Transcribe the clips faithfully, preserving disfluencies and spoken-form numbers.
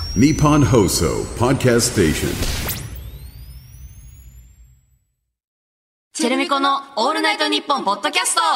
Nippon Hoso Podcast Station。 チェルミコのオールナイトニッポンポッドキャスト。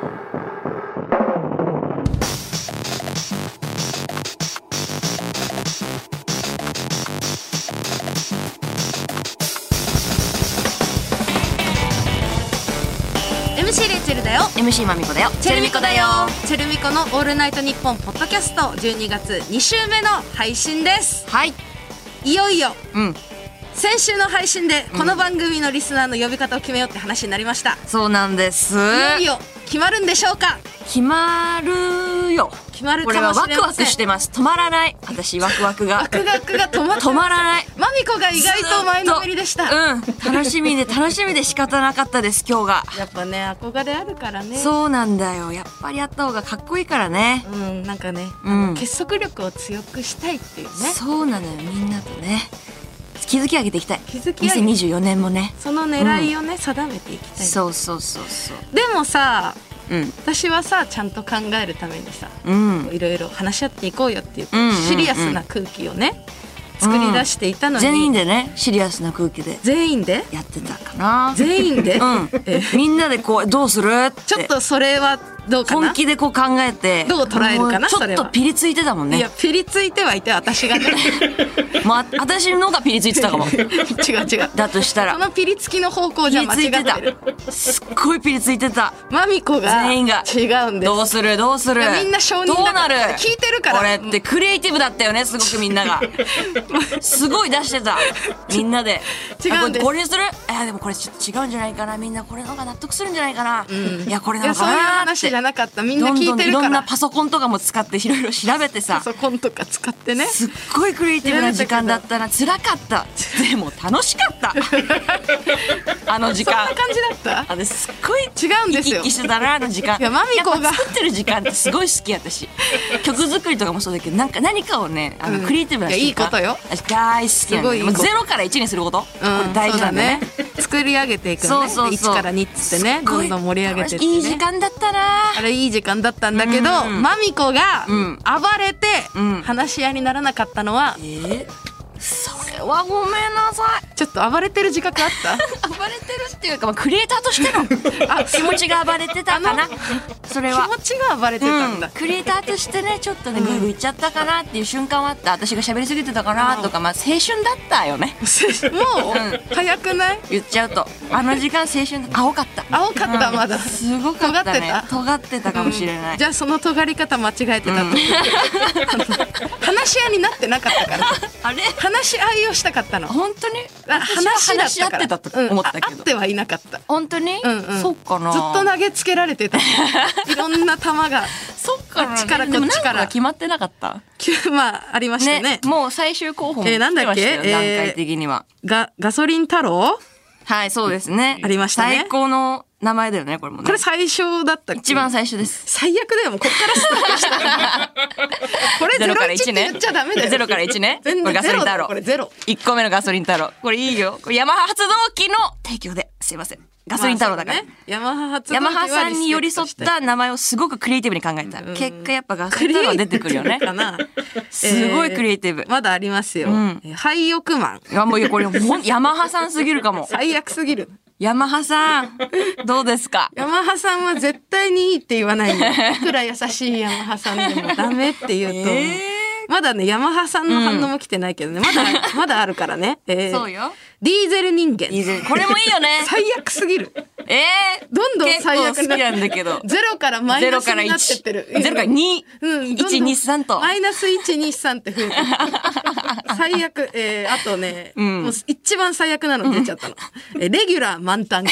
エムシー レイチェルだよ。 エムシー マミコだよ。チェルミコだよ。 チェルミコのオールナイトニッポンポッドキャストじゅうにがつに週目の配信です。 はい。 いよいよ、 うん。 先週の配信でこの番組のリスナーの呼び方を決めようって話になりました。 そうなんです。 いよいよ決まるんでしょうか。 決まるよ。 決まるこれはかもしれません。 ワクワクしてます。止まらない。私ワクワクがワクワクが止まって止まらない。 マミコが意外と前のめりでした。 うん楽しみで楽しみで仕方なかったです今日が。 やっぱね憧れあるからね。 そうなんだよ。やっぱりやった方がかっこいいからね。 うんなんかね、 うん結束力を強くしたいっていうね。 そうなのよ。みんなとね築き上げていきたい。 築き上げにせんにじゅうよねんもね。 その狙いをね、うん、定めていきたい。 そうそうそうそう。 でもさ、 うん、 私はさちゃんと考えるためにさ、 うん、 いろいろ話し合っていこうよっていう、 うんうんうん、 シリアスな空気をね作り出していたのに、 うん、全員でねシリアスな空気で全員でやってたかな。 全員で、 うんえみんなでこうどうするってちょっとそれはどうかな。 本気でこう考えてどう捉えるかな。 ちょっとピリついてたもんね。 いやピリついてはいて私がねまあ私のがピリついてたかも。 違う違う。 だとしたらそのピリつきの方向じゃ間違ってる。 すっごいピリついてた。 マミコが全員が違うんです。 どうするどうする。 みんな承認だどうなる。 聞いてるから。 これってクリエイティブだったよねすごくみんながすごい出してたみんなで。 違うんです。 これにする。いやでもこれちょっと違うんじゃないかな。みんなこれの方が納得するんじゃないかな、うん、いやこれなのかなって。 いやそういう話じゃなかった。みんな聞いてるから。 どんどんいろんなパソコンとかも使っていろいろ調べてさ。 パソコンとか使ってね。 すっごいクリエイティブな時間だったな。辛かった。でも楽しかったあの時間。 そんな感じだった。 あれすっごい違うんですよ。 生き生きしてたなあの時間。 いやマミコが作ってる時間ってすごい好き私。曲作りとかもそうだけどなんか何かをねあの、うん、クリエイティブな瞬間。 いやいいことよ。 私大好きなの。もうゼロからいちにすること、うん、これ大事なんだね。 作り上げていくのね。 そうそうそう。 いちからにっつってねどんどん盛り上げてってね。 いい時間だったな。 あれいい時間だったんだけど、うん、マミコが暴れて話し合いにならなかったのは、 うん、えー、それはごめんなさい。 ちょっと暴れてる自覚あった？ 暴れてるっていうか、まあ、クリエイターとしてのあ気持ちが暴れてたかな。それは気持ちが暴れてたんだ、 うん、クリエイターとしてねちょっとね、うん、グイグイいっちゃったかなっていう瞬間はあった。私が喋りすぎてたかなとか、まあ、青春だったよね。 もう、うん、早くない？ 言っちゃうとあの時間青春青かった。 青かった、うん、まだすごかったね。尖ってたかもしれない、 うん、じゃあその尖り方間違えてたと、うん、話し合いになってなかったからあれ話し合いをしたかったの。 本当に話話し合ってたと思ったけど、うん、 合ってはいなかった。 本当に、うんうん、そうかな。 ずっと投げつけられてたいろんな球がそっかな、ね、 こっちからこっちから決まってなかった。 まあありました ね, ね。もう最終候補も来てましたよ、えー、なんだっけ、えー、段階的にはガガソリン太郎。はいそうですね、 ありましたね。 最高の名前だよねこれもね。 これ最初だったっけ？ 一番最初です。 最悪だよもうこっからスタートしたらこれゼロからいちって言っちゃダメだよ。 ゼロからいちね。これガソリン太郎。 これゼロ。 いっこめのガソリン太郎。これいいよ。これヤマハ発動機の提供で。すいません。ガソリン太郎だから。まあね、 ヤマハ発動機ヤマハさんに寄り添った名前をすごくクリエイティブに考えた。結果やっぱガソリン太郎は出てくるよね。かなすごいクリエイティブ。 えー、まだありますよ。うん、廃浴マン。 いやもうこれヤマハさんすぎるかも。 最悪すぎる。 ヤマハさんどうですか？ ヤマハさんは絶対にいいって言わないよ。いくら優しいヤマハさんでもダメって言うと、えー、まだねヤマハさんの反応も来てないけどね、うん、まだまだあるからね、えー、 そうよ。 ディーゼル人間。 これもいいよね。 最悪すぎる。 えー、 どんどん最悪になって結構好きなんだけど。 ゼロからマイナスになってってる。 ゼロからに、うん、いち、に、さんと。 マイナスいち、に、さんって増えてる。最悪、えー、あとね、うん、もう一番最悪なの出ちゃったの。えレギュラー満タン。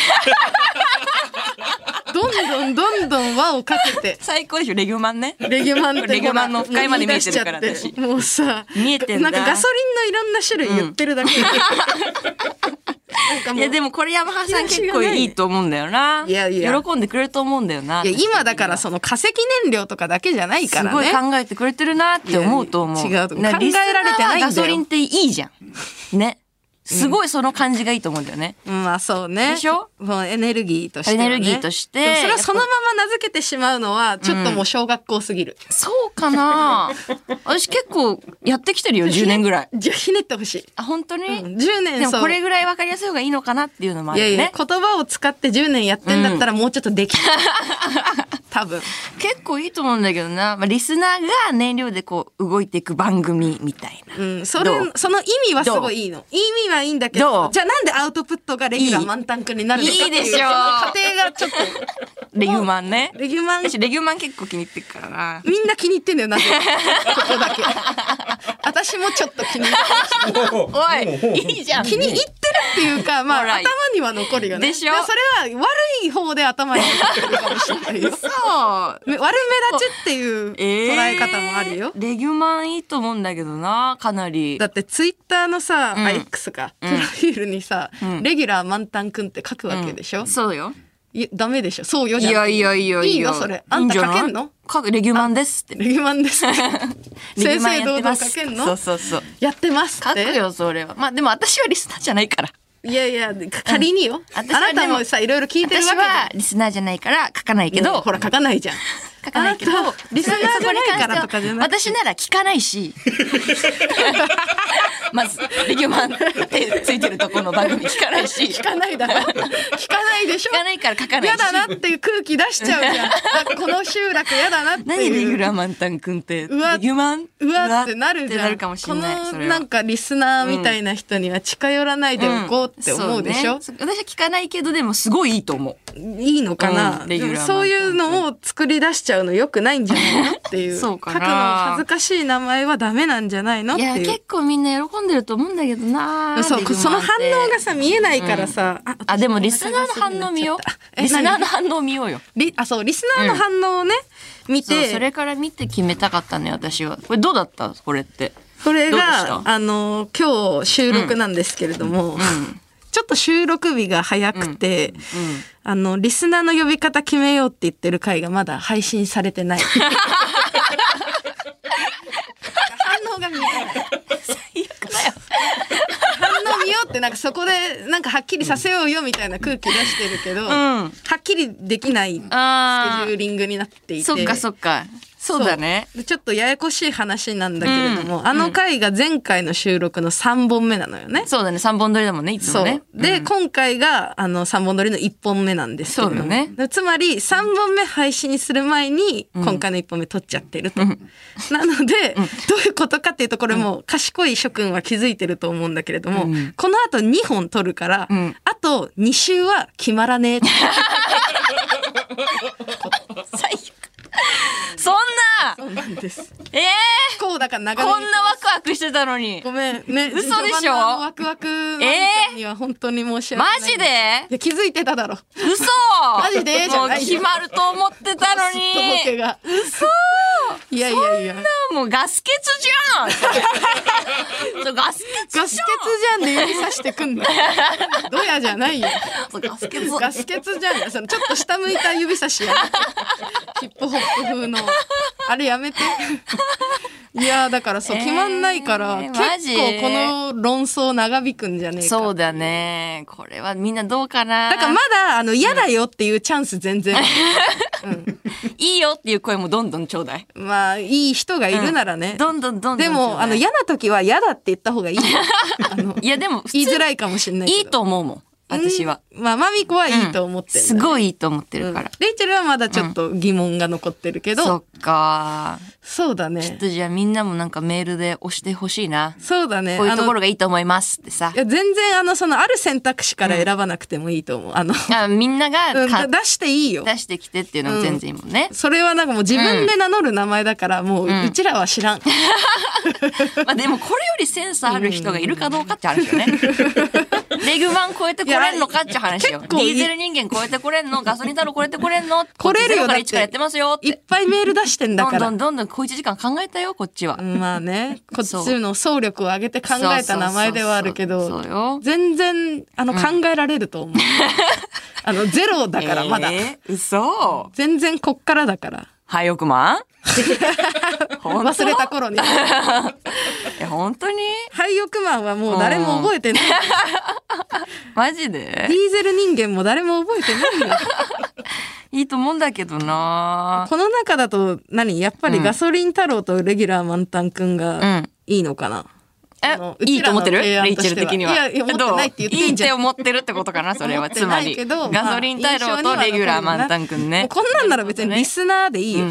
どんどんどんどん輪をかけて。 最高でしょレギュマンね。 レギュマンってレギュマンの深いまで見えてるから私。 もうさ、 見えてんだ。 なんかガソリンのいろんな種類言ってるだけで。 うん、いやでもこれヤマハさん結構いいと思うんだよな。いやいや喜んでくれると思うんだよな。 いや今だからその化石燃料とかだけじゃないからね。 すごい考えてくれてるなって思うと思う。 違うと考えられてないんだよ。 ガソリンっていいじゃん。ね。すごいその感じがいいと思うんだよね。 うん、まあそうね。 でしょ？ もうエネルギーとして、ね。 エネルギーとして。 それはそのまま名付けてしまうのは、ちょっともう小学校すぎる。 うん、そうかな私結構、 やってきてるよ、じゅうねんぐらい。 じゃあひねってほしい。 あ、本当に、 うん、じゅうねん。 でもこれぐらい分かりやすい方がいいのかなっていうのもあるね。 いやいや、言葉を使ってじゅうねんやってんだったらもうちょっとできる。多分。 結構いいと思うんだけどな。まあ、リスナーが燃料でこう動いていく番組みたいな。 うん、それ、その意味はすごいいいの。意味はいいんだけど、じゃあなんでアウトプットがレギュラー満タンクになるのかっていう。 いいでしょう。 過程がちょっと。 レギュマンね。 レギュマン。 私レギュマン結構気に入ってるからな。 みんな気に入ってんだよ、なぜここだけ。私もちょっと気に入ってました。 おい、いいじゃん。 気に入ってるっていうか、まあ、頭には残るよね。 でしょ。 それは悪い方で頭に残ってるかもしれないよ。 そう。 悪目立ちっていう捉え方もあるよ。 えー、レギュマンいいと思うんだけどな、かなり。 だってツイッターのさ、 うん、 X か、プロフィールにさ、うん、レギュラー満タンくんって書くわけでしょ、 うん、そうよ。 いや、ダメでしょ。そうよじゃん。 いやいやいやいや。 いいのそれ。あんた書けんの？ 書く、レギュマンですって。 レギュマンですって。正々堂々書けんの？ そうそうそう。 やってますって。 書くよ、それは。まあでも私はリスナーじゃないから。 いやいや、仮によ。うん、あなたもさ、いろいろ聞いてるわけじゃん。 私はリスナーじゃないから書かないけど。 うん、ほら、書かないじゃん。 書かないけど、 リスナーじゃないからとかじゃなくて。 私なら聞かないし。まず、レギュマンってついてるとこの番組聞かないし。 聞かないだろ。聞かないでしょ。 聞かないから書かないし。 嫌だなっていう空気出しちゃうじゃん。この集落嫌だなっていう。 何レギュラー満タンくんって。 うわ、 レギュマンうわってなるじゃん。 なるかもしれない。 このなんかリスナーみたいな人には近寄らないでおこうって思うでしょ。 うんそうね、私は聞かないけど、でもすごいいいと思う。 いいのかな、うん、 レギュラーそういうのを作り出しちゃうの良くないんじゃないのっていう。 そうかな。 書くの恥ずかしい名前はダメなんじゃないのっていう。 いや、結構みんな喜んでると思うんだけどな。 そう、その反応がさ、見えないからさ。 うん、あ, あ、でもリスナーの反応見よう。リスナーの反応見ようよ。 リあ、そう、リスナーの反応をね、うん、見てそ。 それから見て決めたかったね、私は。これどうだったこれって。 これが、あの、今日収録なんですけれども、うんうんちょっと収録日が早くて、うんうん、あの、リスナーの呼び方決めようって言ってる回がまだ配信されてない。反応が見えない。 最悪だよ。 反応見ようってなんかそこでなんかはっきりさせようよみたいな空気出してるけど、うん、はっきりできないスケジューリングになっていて。 そっかそっか。そうだね。 ちょっとややこしい話なんだけれども、うん、あの回が前回の収録のさんぼんめなのよね。 そうだね。さんぼん撮りだもんね、いつもね。 で、うん、今回があのさんぼん撮りのいっぽんめなんですけども。 そうだね。 つまりさんぼんめ配信する前に今回のいっぽんめ撮っちゃってると。うん、なので、うん、どういうことかっていうとこれも賢い諸君は気づいてると思うんだけれども、うん、この後にほん撮るから、うん、あとに週は決まらねえ。 最悪。そんなそうなんです。 ええー、 こうだから長こんなワクワクしてたのに。 ごめんね。 嘘でしょ。 ワクワクのには本当に申し訳ない。 マジで？ いや気づいてただろ。 嘘。 マジでじゃない。 もう決まると思ってたのに。 すっとぼけが。 嘘。 いやいやいや。 そんなもうガス欠じゃん。そうガス欠じゃん。 ガス欠じゃんで指さしてくんだ。どやじゃないよ。 ガス欠。 ガス欠じゃん。そのちょっと下向いた指差しや。ヒップホップ風のあれやめて。いやだからそう、えー、決まんないから結構この論争長引くんじゃねえか。 そうだね。これはみんなどうかな。 だからまだあの嫌だよっていうチャンス全然、うん、 いいよっていう声もどんどんちょうだい。 まあいい人がいるならね、 うん、どんどんどんどんでもあの嫌な時は嫌だって言った方がいいよ。あのいやでも言いづらいかもしれないけどいいと思うもん私は、 うん、まあマミコはいいと思ってる、ね、 うん、すごいいいと思ってるから、 うん、レイチェルはまだちょっと疑問が残ってるけど、 うん、そっかそうだね。 ちょっとじゃあみんなもなんかメールで押してほしいな。 そうだね。 こういうところがいいと思いますってさ。 いや全然あのそのある選択肢から選ばなくてもいいと思う。あのあみんなが、 うん、出していいよ。 出してきてっていうのも全然いいもんね。 うん、それはなんかもう自分で名乗る名前だから、うん、もううちらは知らん。 まあでもこれよりセンスある人がいるかどうかって話よね。レグマン超えてこれんのかって話よ。ディーゼル人間超えてこれんの、ガソリン太郎超えてこれんの、 来れるよ。 だってやってますよって。 いっぱいメール出してんだから。 どんどんどんどん小一時間考えたよこっちは。 まあね、こっちの総力を上げて考えた名前ではあるけど、全然あの、うん、考えられると思う。あのゼロだからまだ。 えー、嘘。 全然こっからだから。 はい、億万忘れた頃に。 え、本当に廃屋マンはもう誰も覚えてない。 マジでディーゼル人間も誰も覚えてないよ。 いいと思うんだけどな。 この中だと何やっぱりガソリン太郎とレギュラー満タンくんがいいのかな。 えあの、 いいと思ってるうちらのレイチェ提案としてはル的には。 いやいや思ってないって言ってんじゃんどういいって思ってるってことかな、それは。つまり。 思ってないけどガソリン太郎とレギュラー満タンくんね。 もうこんなんなら別にリスナーでいいよ。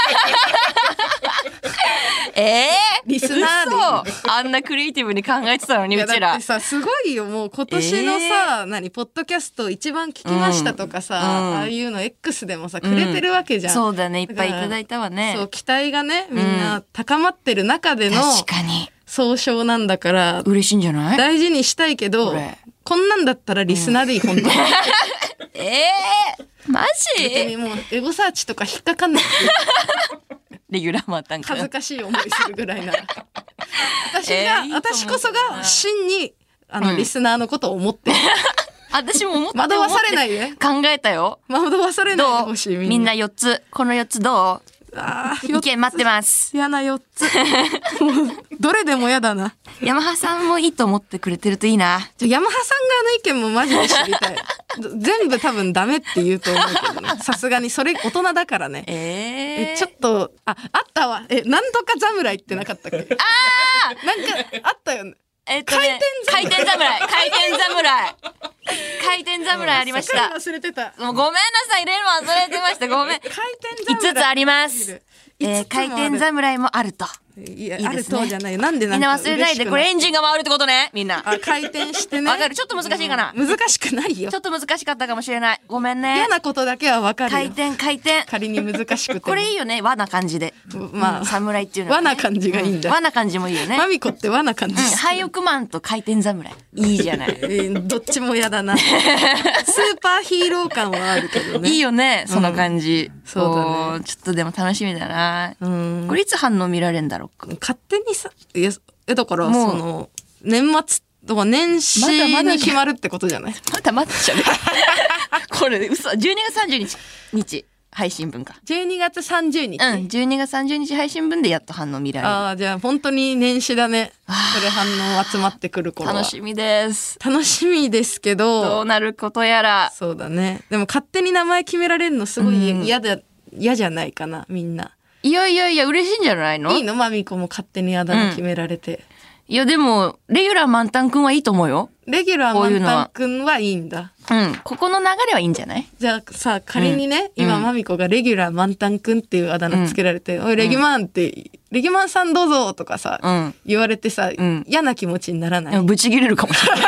ええー、 リスナーでいいよ。 嘘あんなクリエイティブに考えてたのに、 いうやちらだって。さすごいよもう今年のさ、何ポッドキャスト一番聞きましたとかさ、 うんああいうの X でもさくれてるわけじゃん、 そうだね、いっぱいいただいたわね。 そう期待がねみんな高まってる中での確かに。 総称なんだから嬉しいんじゃない？ 大事にしたいけどこれこんなんだったらリスナーでいい、本当にええー、マ別にジ？ もうエゴサーチとか引っかかんないレギュラー満タンくん。 恥ずかしい思いするぐらいなら私が、 えーいいと思う私こそが真にあの、 うんリスナーのことを思ってる私も思って惑わされないで考えたよ。 惑わされないでどうほしいみんなみんなよっつ。このよっつどあーう意見待ってます。 嫌なよっつもうどれでも嫌だな。 ヤマハさんもいいと思ってくれてるといいな。 じゃヤマハさん側の意見もマジで知りたい全部多分ダメって言うと思うけどねさすがにそれ大人だからね。 えー、 えちょっとああったわえなんとか侍ってなかったっけ？ああなんかあったよね。 えっとね、回転侍回転侍回転侍ありましすっかた。 り忘れてた。 もうごめんなさい、入れるの忘れてました。ごめん。 回転侍いつつあります。えー、回転侍もあると。 いやいいですねあるとじゃないなんでなみんんかな忘れないで、これエンジンが回るってことね、みんな。 あ回転してねわかる、ちょっと難しいかな。 難しくないよちょっと難しかったかもしれない。ごめんね嫌。なことだけはわかるよ回転回転。 仮に難しくてもこれいいよね、和な感じで。 まあうん侍っていうのは、ね。 和な感じがいいんだう和な感じもいいよね。 マミコって和な感じうん、廃屋マンと回転侍。いいじゃない。 えーどっちも嫌だなスーパーヒーロー感はあるけどねいいよね、その感じ。 そうだねこうちょっとでも楽しみだな。 うんこれいつ反応見られるんだろうか。 勝手にさいやえだからそもうの年末とか年始まだまだに決まるってことじゃないまだまだじゃねこれ嘘。じゅうにがつさんじゅうにち日配信分か。 じゅうにがつさんじゅうにち、 うん、じゅうにがつさんじゅうにち配信分でやっと反応見られる。 ああじゃあ本当に年始だねそれ反応集まってくる頃は楽しみです。 楽しみですけどどうなることやら。 そうだねでも勝手に名前決められるのすごい嫌だ、嫌じゃないかなみんな。 いやいやいや、嬉しいんじゃないの？ いいのマミコも勝手にあだ名決められて、 いやでも、レギュラー満タンくんはいいと思うよ。 レギュラーこういうのは満タンくんはいいんだ。 うん。ここの流れはいいんじゃない？ じゃあさ仮にね、 うん今マミコがレギュラー満タンくんっていうあだ名つけられて「おいレギュマン」って「レギュマンさんどうぞ」とかさ、 うん。 言われてさ、 ん嫌な気持ちにならない。 でもブチ切れるかもしれない。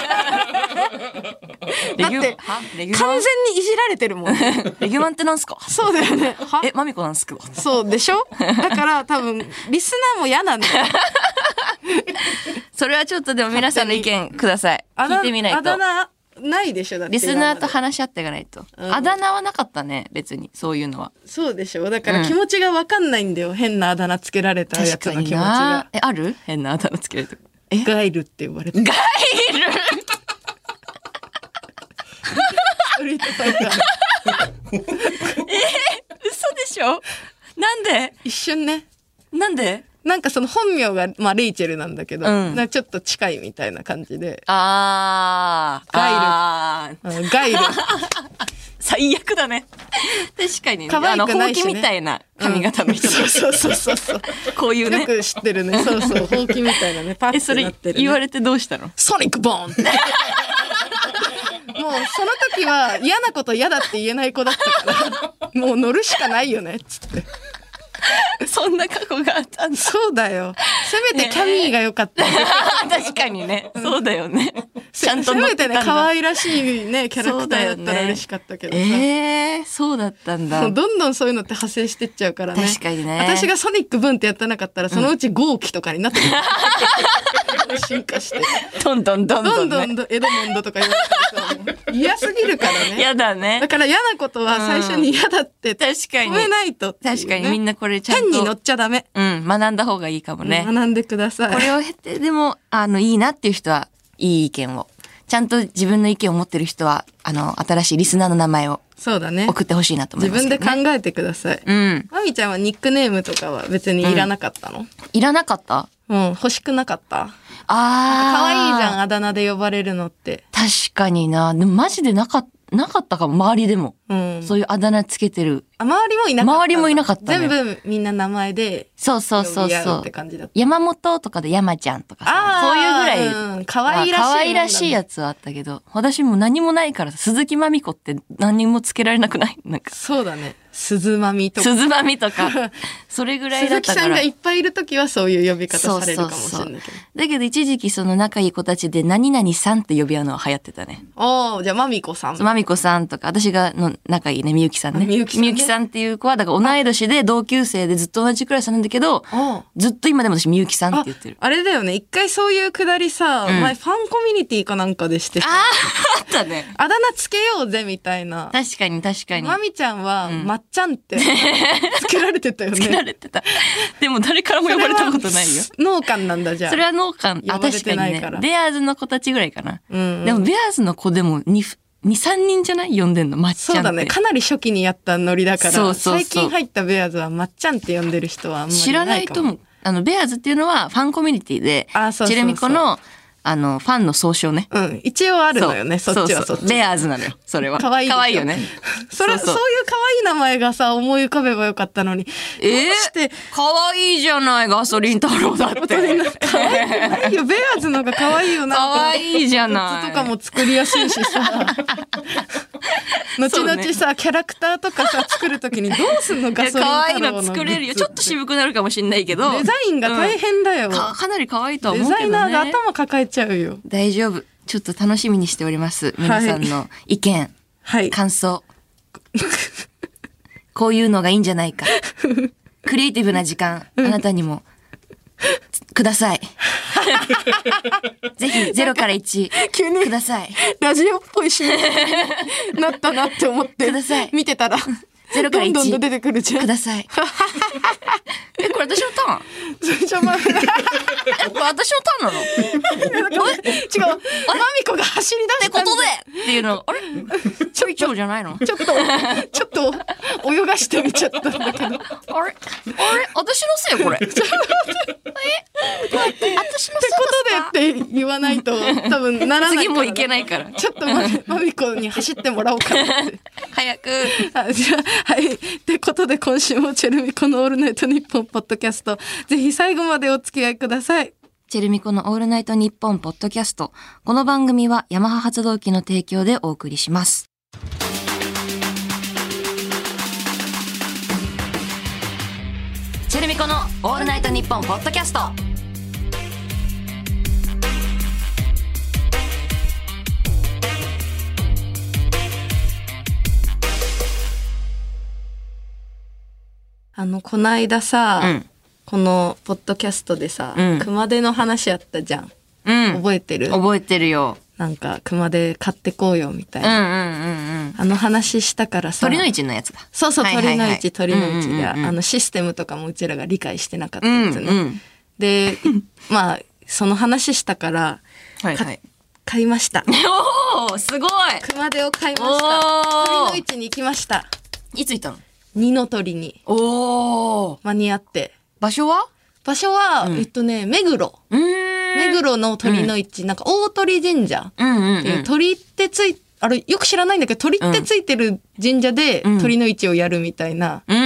レギュだってはレギュマン完全にいじられてるもん。 レギュマンってなんすか？ そうだよね。はえ、マミコなんすか？ そうでしょだから多分リスナーも嫌なんだよ。 それはちょっとでも皆さんの意見ください。 あだ聞いてみないあだと。 名ないでしょだってリスナーと今ま話し合っていかないと。 うんあだ名はなかったね、別に。そういうのは。 でそうでしょだから気持ちが分かんないんだよ、変なあだ名つけられたや確かにつの気持ちがな。。え、ある？変なあだ名つけられて。えガイルって呼ばれてガイルストリートファイター嘘でしょ？なんで？ 一瞬ねなんで？ なんかその本名が、まあ、レイチェルなんだけど、 うんなんかちょっと近いみたいな感じで、 あー。 ガイルあーうんガイル最悪だね。確かにね。 可愛くないしねあの、ほうきみたいな髪型の人だ、 そうそうそうそうそうこういうね。 よく知ってるねそうそうほうきみたいなねパッえ、それてなってる、ね、 言われてどうしたの？ ソニックボーンってもうその時は嫌なこと嫌だって言えない子だったからもう乗るしかないよねっつってそんな過去があったんだ。 そうだよせめてキャミーが良かった、 確かにね。そうだよね。ちゃんとせめて乗ってたんだ。 ね可愛らしいねキャラクターだったそうだよねら嬉しかったけどさ、 えー、そうだったんだ。 もうどんどんそういうのって派生してっちゃうからね確かにね私がソニックブンってやってなかったらそのうち号機とかになってる、進化してどんどんどんどん、ね。 どんどんエドモンドとか言われてさもう嫌すぎるからねやだねだ。から嫌なことは最初に嫌だって確かに。 止めないとっていうね、 確かにみんなこれちゃんと。 変に乗っちゃダメ、 うん、学んだ方がいいかもね。 学んでくださいこれを経てでも、あの、いいなっていう人は、いい意見を。ちゃんと自分の意見を持ってる人は、あの、新しいリスナーの名前をそうだね送ってほしいなと思い自ますけど、ね。 分で考えてください、 うん。 まみちゃんはニックネームとかは別にいらなかったの、 いらなかったうん、欲しくなかったあー。 可愛いじゃんあだ名で呼ばれるのって確かにな。でもマジでなかっなかったかも、周りでも。 うん、 そういうあだ名つけてる。 あ、周りもいなかった。 周りもいなかったね。 全部みんな名前で。 そうそうそうそう。 って感じだった。 山本とかで山ちゃんとかさ。そういうぐらい。 うん、可愛らしい。 可愛らしいやつはあったけど、私も何もないから鈴木まみこって何もつけられなくない？なんか。 そうだね。鈴まみとか。 鈴まみとか。それぐらいだったから。 鈴木さんがいっぱいいるときはそういう呼び方されるかもしれないけど。そうそうそう。 だけど一時期その仲いい子たちで何々さんって呼び合うのは流行ってたね。 おー、じゃあまみこさん。 まみこさんとか、私がの仲いいね、みゆきさんね。みゆきさん、ね。みゆきさんっていう子は、だから同い年で同級生でずっと同じクラスなんだけど、ずっと今でも私みゆきさんって言ってる。 あ, あれだよね、一回そういうくだりさ、うん、前ファンコミュニティかなんかでしてさ。 ああ、あったね。 あだ名つけようぜみたいな。 確かに確かに。 まみちゃんは、うん、まっちゃんってつけられてたよね。 つけられてた。でも誰からも呼ばれたことないよ。 農家なんだじゃあ。 それは農家。あ、確かにね。ベアーズの子たちぐらいかな。うんうん、でもベアーズの子でもに、に、さんにんじゃない呼んでんの、まっちゃんって。 そうだね。かなり初期にやったノリだから。 そうそうそう。 最近入ったベアーズはまっちゃんって呼んでる人はあんまりいないかも。 知らないとも。あの、ベアーズっていうのはファンコミュニティで、あ、そうそうそう、チェルミコの、あの、ファンの総称ね。 うん。一応あるのよね、そ, そっちはそっち。 ベアーズなのよ、それは。かわいい。かわいいよね。 それ、そうそう、そういうかわいい名前がさ、思い浮かべばよかったのに。 えー、して、かわいいじゃない、ガソリン太郎だって。 かわいいよ、ベアーズの方がかわいいよな。 かわいいじゃない。 グッズとかも作りやすいしさ。後々さ、ね、キャラクターとかさ、作るときにどうすんのガソリン太郎の。かわいいの作れるよ。ちょっと渋くなるかもしんないけど。 デザインが大変だよ。 うん、か, かなりかわいいとは思うけどね。 デザイナーが頭抱えちゃうよ。 大丈夫。ちょっと楽しみにしております。皆さんの意見、はい、感想。こういうのがいいんじゃないか。クリエイティブな時間、あなたにもください。ぜひゼロからいち急にください。 ラジオっぽいしなったなって思ってください。 見てたらゼロからいちどんどん出てくるじゃん。 ください。え、これ私のターン？ それじゃまあ、え、これ私のターンなの？ 違う。マミコが走り出したってことでっていうの、あれ？ちょいちょいじゃないの？ ちょっとちょっと泳がしてみちゃったんだけど。あれ？あれ？ 私のせいこれ。え？私のせいってことでって言わないと多分ならないから。 次もいけないから。 ちょっとマミコに走ってもらおうかなって。 早く。 あ、じゃあ、はい。ってことで今週もチェルミコのオールナイトニッポンポッドキャスト、ぜひ最後までお付き合いください。 チェルミコのオールナイトニッポンポッドキャスト。この番組はヤマハ発動機の提供でお送りします。チェルミコのオールナイトニッポンポッドキャスト。 あの、こないださ、うん、このポッドキャストでさ、うん、熊手の話あったじゃん。うん、覚えてる？ 覚えてるよ。 なんか、熊手買ってこうよ、みたいな。うんうんうんうん、あの話したからさ。 鳥の市のやつだ。 そうそう、鳥の市、鳥の市で、あの、システムとかもうちらが理解してなかったやつね。うんうん、で、まあ、その話したから、はいはい、買いました。 おー、すごい！ 熊手を買いました。鳥の市に行きました。 いつ行ったの？ 二の鳥にお間に合って。 場所は場所は、うん、えっとね、目黒。目黒の鳥の市、うん、なんか大鳥神社っていう、うんうんうん、鳥ってつい、あれよく知らないんだけど、鳥ってついてる神社で鳥の市をやるみたいな。うん、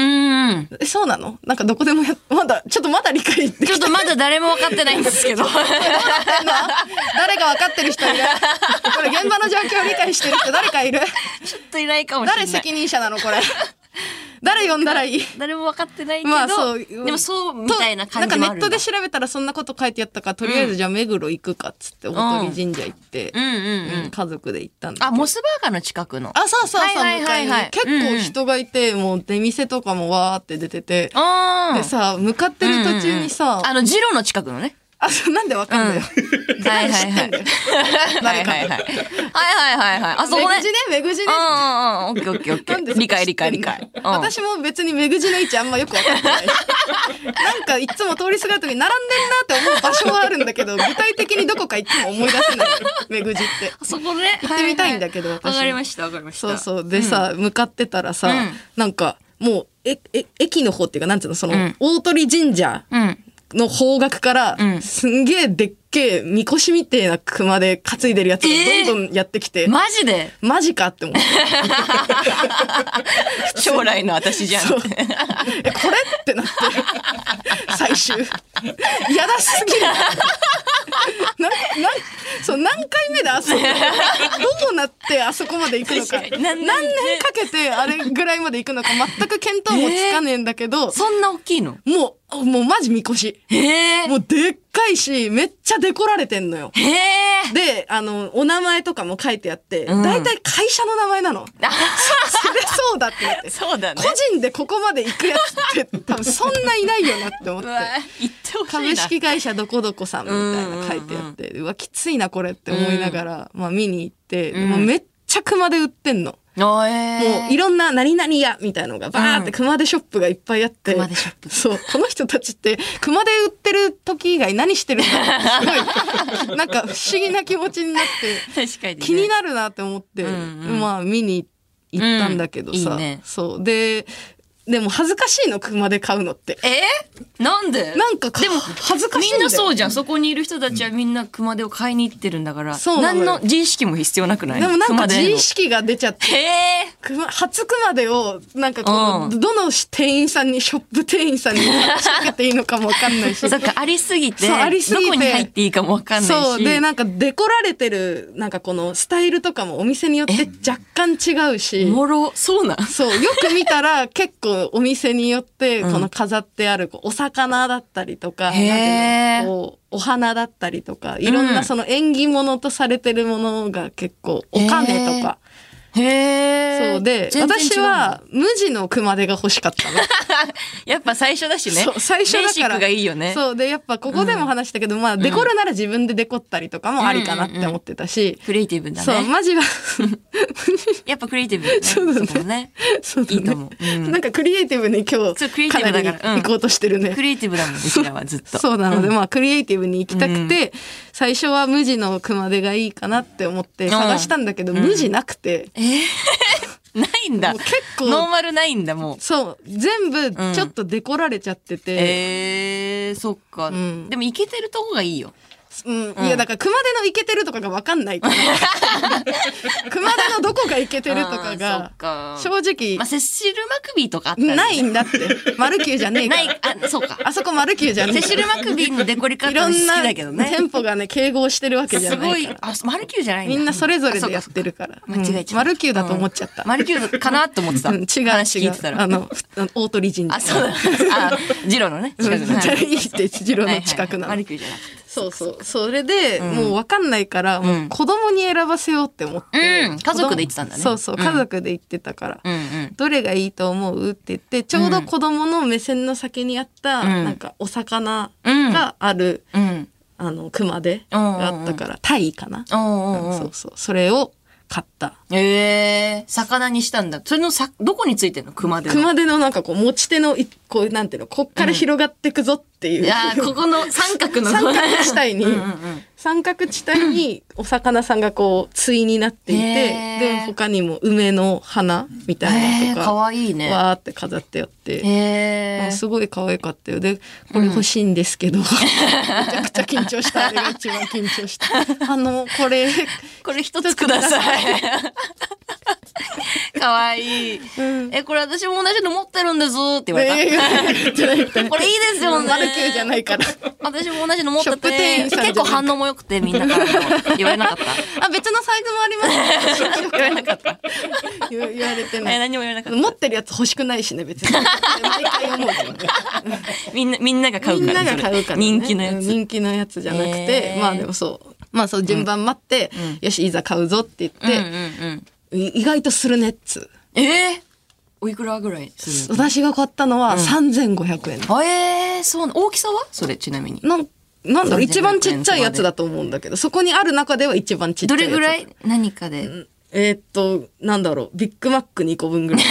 え、そうなの？なんかどこでもや、まだ、ちょっとまだ理解できてちょっとまだ誰も分かってないんですけど。 誰か分かってる人いる？これ現場の状況を理解してる人誰かいる？ ちょっといないかもしれない。 誰責任者なのこれ？誰呼んだらいい？ 誰も分かってないけど、まあそう、でもそうみたいな感じもあるんだ。 なんかネットで調べたらそんなこと書いてあったから、とりあえずじゃあ目黒行くかっつって大鳥神社行って、うんうんうん、家族で行ったんだ。 あ、モスバーガーの近くの。 あ、そうそうそう、はいはいはい、結構人がいて、もう出店とかもわーって出てて、うん、でさ、向かってる途中にさ、うんうん、 あのジロの近くのね。 あ、なんでわかんないよ。うん、はいはいはい。誰か。はいはいはい。はいはいはい。あ、そこね。目ぐじね、目ぐじね。うんうんうん。オッケーオッケーオッケー。理解理解理解。 私も別に目ぐじの位置あんまよくわかってないし。なんかいつも通りすがるときに並んでんなって思う場所はあるんだけど、具体的にどこかいつも思い出せない。目ぐじって。 あそこね。 行ってみたいんだけど、私。 わかりましたわかりました。 そうそう。でさ、向かってたらさ、なんかもう、え、え、駅の方っていうか、なんていうの、その、大鳥神社。うんの方角から、すんげえでっけえみこしみてえな熊で担いでるやつがどんどんやってきて、 マジでマジかって思って。 将来の私じゃん。 そうえ、これってなって、最終。やだすぎる。な、な、そう、何回目であそこ、どうなってあそこまで行くのか。何年かけてあれぐらいまで行くのか、全く見当もつかねえんだけど。 えー、そんな大きいの？ もう、もうマジみこし。 へー。 もうでっかいし、めっちゃデコられてんのよ。 へー。 で、あの、お名前とかも書いてあって、 うん、 だいたい会社の名前なの。それそうだってなって。 そうだね。 個人でここまで行くやつって多分そんないないよなって思って。 うわ言ってほしいな。 株式会社どこどこさんみたいな書いてあって、う, う, う, うわ、きついなこれって思いながら、うん、まあ見に行って、うん、もうめっちゃ熊で売ってんの。 えー、 もういろんな何々屋みたいなのがバーって熊手ショップがいっぱいあって、うん、 熊手ショップそうこの人たちって熊手売ってる時以外何してるんだすごいなんか不思議な気持ちになって確かに、ね、 気になるなって思って、うんうん、まあ見に行ったんだけどさ、うんいいね、そうででも恥ずかしいの熊で買うのって。 えー、なんで？ なんかでも恥ずかしいんだよ。 みんなそうじゃん。そこにいる人たちはみんな熊手を買いに行ってるんだから。そうなのよ。何の自意識も必要なくない？ でもなんか自意識が出ちゃって。 へー。 熊初熊手をなんかこう、うん、どの店員さんにショップ店員さんに話しかけていいのかもわかんないし。 そっかありすぎて。そうありすぎて。どこに入っていいかもわかんないし。 そうでなんかデコられてるなんかこのスタイルとかもお店によって若干違うし。 おもろそうなん。 そうよく見たら結構お店によってこの飾ってあるこうお魚だったりとか、なんていうのこうお花だったりとかいろんなその縁起物とされてるものが結構お金とか。 へー。 そうで私は無地の熊手が欲しかったの。 やっぱ最初だしね。 そう最初だからベーシックがいいよね。 そうでやっぱここでも話したけど、うん、まあデコるなら自分でデコったりとかもありかなって思ってたし、うんうんうん、 クリエイティブだね。 そうマジはやっぱクリエイティブだね。そうだね。そこもね。そうだね。いいと思う、うん。なんかクリエイティブに今日かなり行こうとしてるね。 クリエイティブだもんうちらはずっと。 そうなので、うん、まあクリエイティブに行きたくて、うん、最初は無地の熊手がいいかなって思って探したんだけど、うん、無地なくて。 えーないんだ。結構ノーマルないんだもう。 そう全部ちょっとデコられちゃってて。うん、 えー、そっか、うん。でもイケてるとこがいいよ。 うん、いやだから熊手のイケてるとかが分かんないから熊手のどこがイケてるとかが正直、 まあ、セシルマクビーとかあったら、ね、 ないんだってマルキューじゃねえからないあそうかあそこマルキューじゃねえからセシルマクビーのデコリ方好きだけどねいろんな店舗がね競合してるわけじゃないからすごいあマルキューじゃないんだみんなそれぞれでやってるから間違えちゃった、 うん、マルキューだと思っちゃった、 うん、マルキューかなと思ってた、うん、違う違うあの大鳥神社あそうだあジロのね近くの、 はい、いいってジロの近くなの、 はいはい、マルキューじゃなくてそうそうそれで、うん、もう分かんないから、うん、もう子供に選ばせようって思って、 うん、家族で行ってたんだねそうそう家族で行ってたから、うん、どれがいいと思うって言ってちょうど子供の目線の先にあった、うん、なんかお魚がある、うん、あの熊手があったからタイかな、うん、そうそうそれを買った。 えー、魚にしたんだ。それのさどこについてんの熊手の。 熊手のなんかこう持ち手のこうなんていうのこっから広がってくぞっていう。うん、 いやここの三角の三角地帯にうんうん、うん、三角地帯にお魚さんがこう対になっていて、で他にも梅の花みたいなのとか、 かわいいね。 わーって飾ってあって、すごい可愛かったよ。でこれ欲しいんですけど、うん、めちゃくちゃ緊張した。あれが一番緊張した。あのこれこれ一つください。かわいい、うん、えこれ私も同じの持ってるんですって言われた、えー、これいいですよねマルキューじゃないから私も同じの持ってて結構反応も良くてみんなからも言われなかったあ別のサイズもあります言われなかった言われてない、 え何も言われなかった持ってるやつ欲しくないしね別に毎回思うけどねみんなみんなが買うからみんなが買うから、ね、 人気のやつ人気のやつじゃなくて、えー、まあでもそうまあそう順番待って、うん、よしいざ買うぞって言って、うんうんうん、意外とするねっつえー、おいくらぐらいする私が買ったのはさんぜんごひゃくえん、うん、 えー、そう大きさはそれちなみになんなんだろう一番ちっちゃいやつだと思うんだけどそこにある中では一番ちっちゃいやつどれぐらい何かで、うんえー、っとなんだろうビッグマックにこぶんぐらい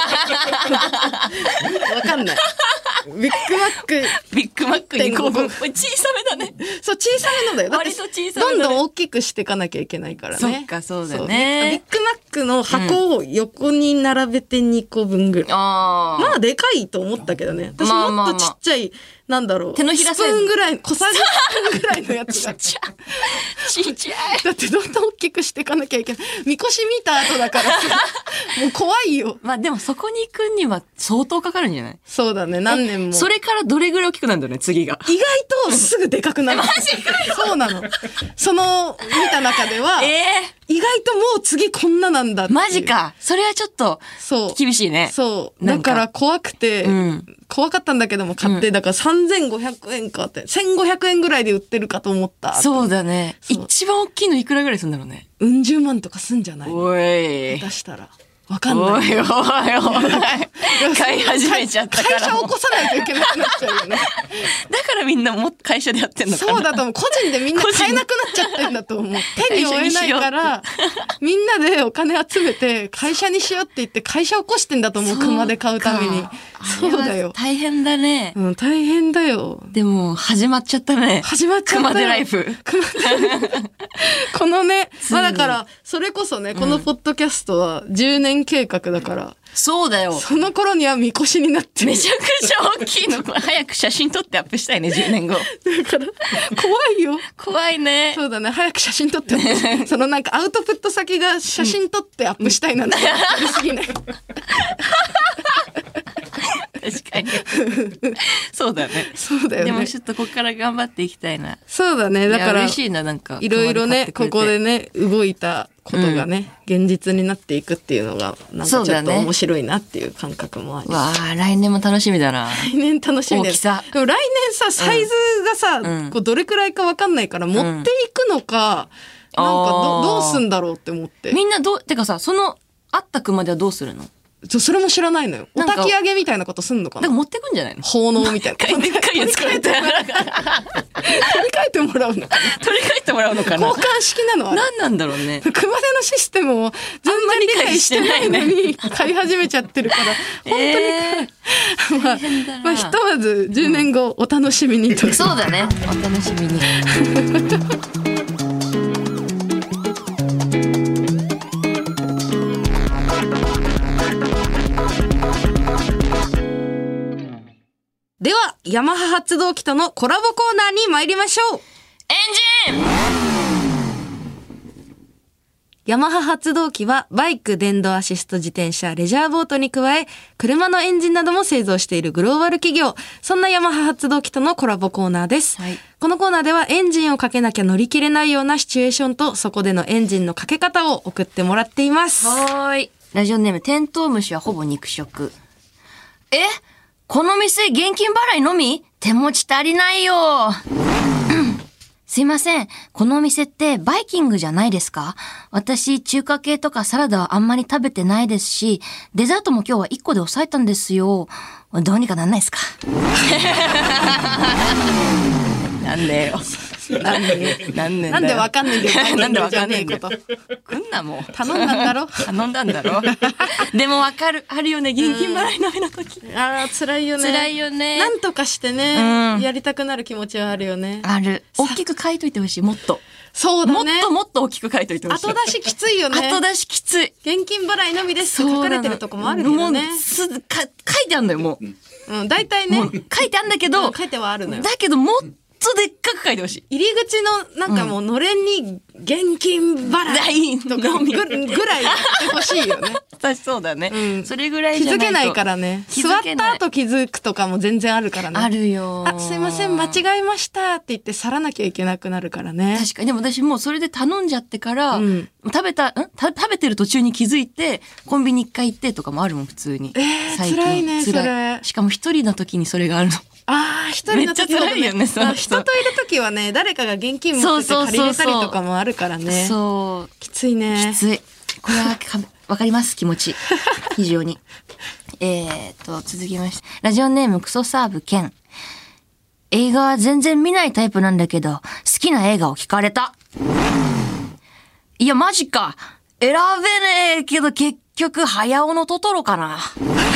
わかんないビッグマックビッグマックにこぶん小さめだねそう小さめのだよ割と小さめだ、ね、 どんどん大きくしていかなきゃいけないからねそっかそうだねビッグマックの箱を横に並べてにこぶんぐらい、うん、あまあでかいと思ったけどね私もっとちっちゃい、まあまあまあなんだろう。 手のひらスプーンぐらい、小さじスプーンぐらいのやつが。 ちっちゃい。ちっちゃい。 だってどんどん大きくしていかなきゃいけない。みこし見た後だからさ、もう怖いよ。 まあでもそこに行くには相当かかるんじゃない？ そうだね、何年も。 それからどれぐらい大きくなるんだろうね、次が。 意外とすぐでかくなる。マジかよ。そうなの。その、見た中では、 ええ意外ともう次こんななんだっていう。 マジか。それはちょっと、 そう。 厳しいね。 そう。 なんかだから怖くて、 うん怖かったんだけども買って、だからさんぜんごひゃくえんかって、せんごひゃくえんぐらいで売ってるかと思った。 そうだね。 そう一番大きいのいくらぐらいするんだろうね。 うん十万とかすんじゃない？ おい。 出したら。わかんない。 おいおいおい。買い始めちゃったから。 会社を起こさないといけなくなっちゃうよね。 だからみんなも会社でやってんのかな。 そうだと思う。個人でみんな買えなくなっちゃってんだと思う。手に負えないから、みんなでお金集めて会社にしようって言って会社起こしてんだと思う。熊で買うために。そうだよ。 大変だね。 うん、大変だよ。 でも、始まっちゃったね。 始まっちゃったよ。 熊手ライフ。 熊手ライフ。このね、まあだから、それこそね、このポッドキャストはじゅうねん計画だから、 そうだよ。 その頃にはみこしになってる。 めちゃくちゃ大きいの。早く写真撮ってアップしたいね、じゅうねんご。だから、怖いよ。 怖いね。 そうだね、早く写真撮ってアップそのなんかアウトプット先が写真撮ってアップしたいなんて、やりすぎない。 確かに。そうだね。 そうだよね。 でもちょっとここから頑張っていきたいな。 そうだね。だから、 嬉しいな、なんか。 いろいろね、ここでね、動いたことがね、うん、現実になっていくっていうのが、なんかちょっと面白いなっていう感覚もある。 わあ、来年も楽しみだな。 来年楽しみです。 大きさ。 でも来年さ、サイズがさ、うん、こうどれくらいかわかんないから持っていくのか、うん、なんかどどうすんだろうって思って。 みんなどう、てかさ、その、あった熊ではどうするの？ それも知らないのよ。お焚き上げみたいなことすんのかな。 なんか持ってくんじゃないの？ 奉納みたいな。 でっかいやつ作って。取り替えてもらうのかな。 取り替えてもらうのかな。 交換式なのは。 何なんだろうね。 熊手のシステムを全然理解してないのに買い始めちゃってるから、本当に、えー、まあ、まあ、ひとまずじゅうねんごお楽しみにと、 うん。そうだね。お楽しみに。 では、ヤマハ発動機とのコラボコーナーに参りましょう。 エンジン！ ヤマハ発動機はバイク、電動アシスト自転車、レジャーボートに加え、車のエンジンなども製造しているグローバル企業。そんなヤマハ発動機とのコラボコーナーです。はい、このコーナーではエンジンをかけなきゃ乗り切れないようなシチュエーションと、そこでのエンジンのかけ方を送ってもらっています。 はーい。ラジオネーム、テントウムシはほぼ肉食。え？この店現金払いのみ？手持ち足りないよ。すいません。このお店ってバイキングじゃないですか？私、中華系とかサラダはあんまり食べてないですし、デザートも今日はいっこで抑えたんですよ。どうにかなんないですか？なんでよ。 なんでなんでなんでわかんないんだよ。 なんでわかんないんだよ。 こと。 来んなもん。 頼んだんだろ頼んだんだろでもわかる。あるよね。現金払いのみの時。 ああ、辛いよね。 辛いよね。 なんとかしてね、うん、やりたくなる気持ちはあるよね。 ある。大きく書いといてほしい。もっと。 そうだね。 もっともっと大きく書いといてほしい。 後出しきついよね。 後出しきつい。 現金払いのみですって書かれてるとこもあるけどね。 もうすか書いてあるんだよ、もう。うん、大体ね。 書いてあるんだけど、 うん、書いてはあるのよ。 だけど、もっとでっかく書いてほしい。 入り口の、なんかもう、のれんに、現金払いとかぐ、ぐらいやってほしいよね。 私そうだね。うん、それぐらいじゃないと気づけないからね。座った後気づくとかも全然あるからね。 あるよ。 あ、すいません、間違えましたって言って去らなきゃいけなくなるからね。 確かに。でも私もうそれで頼んじゃってから、うん、食べた、んた食べてる途中に気づいて、コンビニ一回行ってとかもあるもん、普通に。 えー、最近辛いね、それ。 しかも一人の時にそれがあるの。 ああ、一人の時は、ね、 めっちゃ辛いよね、その人といる時はね、誰かが現金持ってて借りれたりとかもあるからね。 そう。 きついね。 きつい。これはかわかります、気持ち。非常に。えーと、続きまして。ラジオネームクソサーブケン。映画は全然見ないタイプなんだけど、好きな映画を聞かれた。いや、マジか。選べねえけど結局、早尾のトトロかな。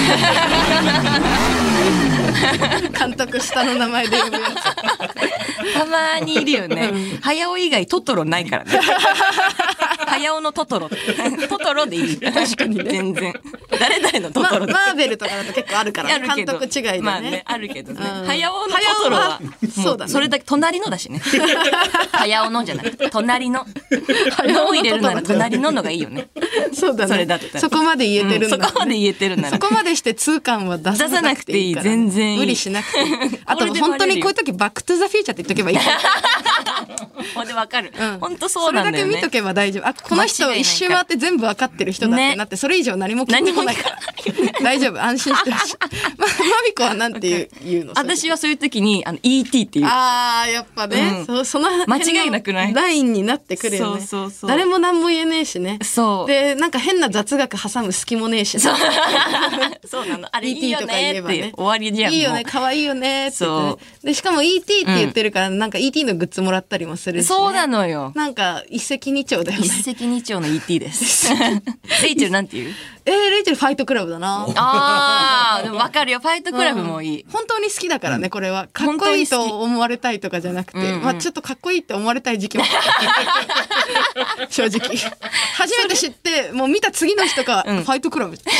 監督下の名前で呼ぶやつ。たまにいるよね。うん、早尾以外トトロないからね。早尾のトトロ。トトロでいい。 確かにね。 全然。 誰々のトトロま、マーベルとかだと結構あるから、ね、監督違いでね。 まあね、あるけどね。 うん早尾のトトロは、 そうだね。 それだけ隣のだしね。早尾のじゃなくて、隣の。のを入れるなら隣ののがいいよね。 そうだね。 それだったらそこまで言えてるんだ、ねうん、そこまで言えてるなら。 そこまでして痛感は出さなくていいから、ね。 全然いい。 無理しなくていい。あと本当にこういう時バックトゥザフューチャーって言っとけばいい。 ほんでわかる。 うん、 本当そうなんだよね。 それだけ見とけば大丈夫。あ、この人一周回って全部わかってる人だってなって、ね、それ以上何も聞いてこないから。大丈夫。安心してほしい。ま、まみこはなんて言う、言うの？ 私はそういう時に、あの、イーティー っていう。 あー、やっぱね。うん、そ, その間違いなくない？ ラインになってくるよね。そうそうそう。誰も何も言えねえしね。そう。で、なんか変な雑学挟む隙もねえし、ね。そう。そうなの。あれいいよねっていう終わりじゃん。 いいよね、可愛いよねって言って、ね。そう。で、しかも イーティー って言ってるから、うん、なんか イーティー のグッズもらったりもするし、ね。 そうなのよ。 なんか一石二鳥だよね。 一石二鳥の イーティー です。レイチェルなんて言う？ えー、レイチェルファイトクラブだな。 ああ、でもわかるよ。ファイトクラブもいい。 うん、本当に好きだからね、これは。かっこいいと思われたいとかじゃなくて、うんうん、まあちょっとかっこいいって思われたい時期も正直。初めて知って、もう見た次の日とか、うん、ファイトクラブって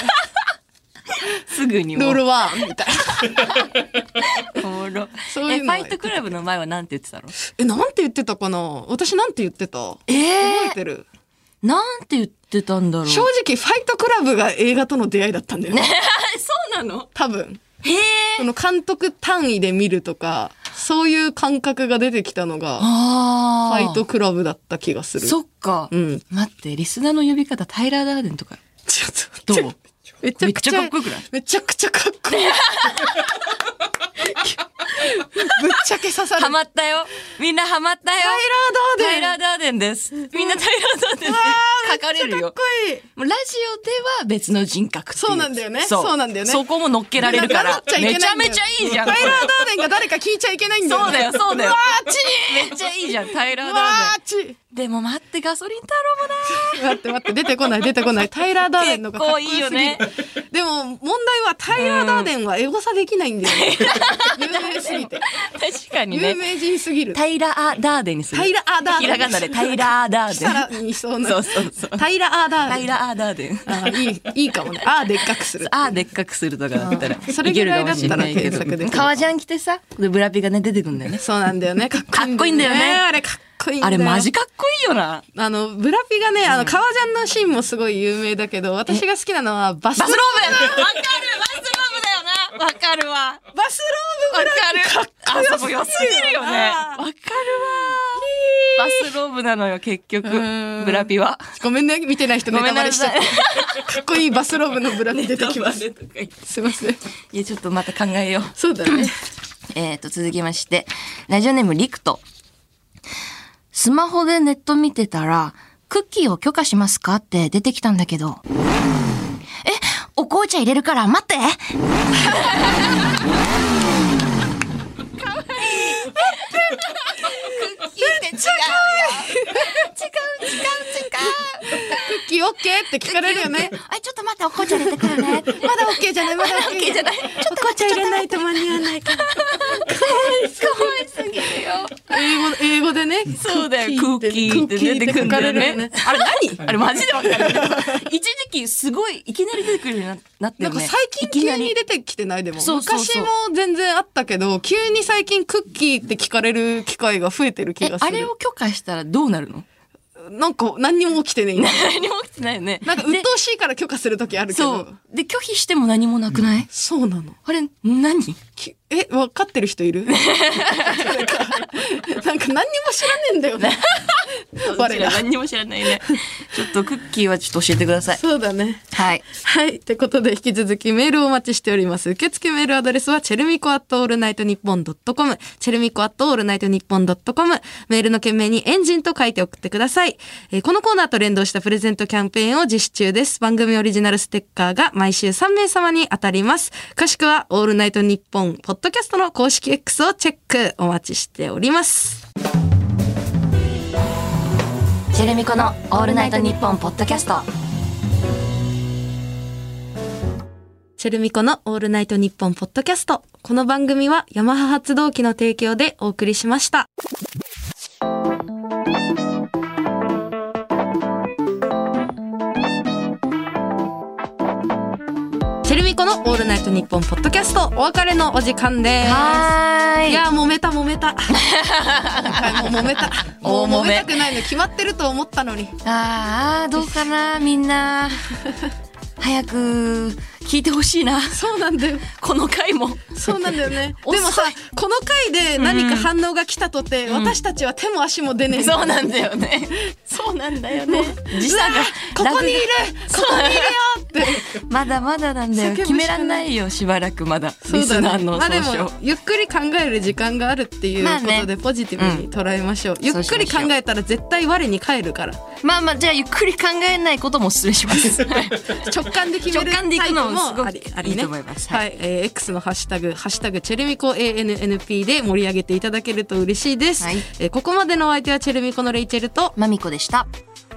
すぐにもロールワンみたいな。おもろ。そういうの。え、ファイトクラブの前はなんて言ってたの？ え、なんて言ってたかな？私なんて言ってた？えー、覚えてる？ なんて言ってたんだろう。 正直ファイトクラブが映画との出会いだったんだよね。 そうなの？ 多分。 へえ。 その監督単位で見るとか、そういう感覚が出てきたのが、ファイトクラブだった気がする。 そっか。うん。待って、リスナーの呼び方、タイラー・ダーデンとか。 ちょっと。 どう？めちゃくちゃかっこよくない？ めちゃくちゃかっこいい。ぶっちゃけ刺さる。 ハマったよ。みんなハマったよ。 タイラー・ダーデン。 タイラー・ダーデンです。みんなタイラー・ダーデンって書かれるよ。 かっこいい。 もうラジオでは別の人格っていう。 そうなんだよね。そう、そうなんだよね。 そこも乗っけられるから。めちゃめちゃいいじゃん。 タイラー・ダーデンが誰か聞いちゃいけないんだよ、ね。 そうだよ、そうだよ。 わーちめっちゃいいじゃん、タイラー・ダーデン。 わーちでも待って、ガソリン太郎もな。待って待って、出てこない出てこない。タイラー・ダーデンのがかっこよすぎる。 結構いいよね。 でも問題はタイラー・ダーデンはエゴサできないんだよね。有名すぎて。 確かにね。 有名人すぎる。 タイラー・ダーデンにする。 タイラー・ダーデン。 ひらがなでタイラー・ダーデン。 さらにそうな。 そうそうそう。 タイラー・ダーデン。 タイラー・ダーデン。 あいい、いいかもね。あーでっかくする。 あーでっかくするとかだったら。 それぐらいだったら検索で。 革ジャン着てさ、ブラピがね、出てくんだよね。 そうなんだよね。かっこいいんだよね。 あれかっこいいんだよ。 あれマジかっこいいよな。 あの、ブラピがね、あの、革ジャンのシーンもすごい有名だけど、私が好きなのはバスローブ。 バスローブわかるバスローブだよな。わかるわ。 バスローブわかる。かっこよすぎるよね。わかるわ。バスローブなのよ、結局。ブラピは。 ごめんね、見てない人ネタバレしちゃって。かっこいいバスローブのブラピ出てきます。すいません。いや、ちょっとまた考えよう。 そうだね。 えっと、続きまして、ラジオネームリクト。スマホでネット見てたら、クッキーを許可しますかって出てきたんだけど。え、お紅茶入れるから待って違うよ。違う違う違う。 クッキーオッケーって聞かれるよね。 あ、ちょっと待って、お紅茶入れてくるね。まだオッケーじゃない、まだオッケーじゃない。ちょっと紅茶入れないと間に合わないから。かわいそう。かわいすぎるよ。 英語、英語でね。 そうだよ、クッキーって出てくるんだよね。あれ何？あれマジでわかる。一時期すごいいきなり出てくるようになってるね。 なんか最近急に出てきてないでも。昔も全然あったけど、急に最近クッキーって聞かれる機会が増えてる気がする。 あれを許可したらどうなるの？ なんか何にも起きてねえ。 何にも起きてないよね。 なんか鬱陶しいから許可するときあるけど。 そう。で、拒否しても何もなくない？ そうなの。 あれ、何？ え、分かってる人いる？なんか何にも知らねえんだよね。 我ら何にも知らないね。ちょっとクッキーはちょっと教えてください。 そうだね。 はい。 はい。ってことで引き続きメールをお待ちしております。受付メールアドレスはチェルミコアットオールナイトニッポンドットコム、チェルミコアットオールナイトニッポンドットコム、メールの件名にエンジンと書いて送ってください。えー、このコーナーと連動したプレゼントキャンペーンを実施中です。番組オリジナルステッカーが毎週さんめい様に当たります。詳しくはオールナイトニッポンポッドキャストの公式 X をチェックお待ちしております。 チェルミコのオールナイトニッポンポッドキャスト。 チェルミコのオールナイトニッポンポッドキャスト。この番組はヤマハ発動機の提供でお送りしました。 のオールナイトニッポンポッドキャストお別れのお時間です。 はーい。 いや揉めた揉めた今回も揉めたもう揉めたくないの決まってると思ったのに。 あー、どうかな、みんな。早く聞いてほしいな。 そうなんだよ。 この回も。 そうなんだよね。 遅いでもさ、この回で何か反応が来たとて、うん、私たちは手も足も出ねえ。 そうなんだよね。そうなんだよね。時差がここにいるここにいるよってまだまだなんだよ。決めらんないよ、しばらくまだ。リスナーの総称。まあでもゆっくり考える時間があるっていうことでポジティブに捉えましょう。まあね、うん、ゆっくり考えたら絶対我に返るから。 まあまあじゃあゆっくり考えないことも失礼します。 直感で決めるタイプもありありね。 いいと思います。 はい、はい、えー、X のハッシュタグハッシュタグチェルミコ エーエヌエヌピー で盛り上げていただけると嬉しいです。はい、えー、ここまでのお相手はチェルミコのレイチェルとマミコでした。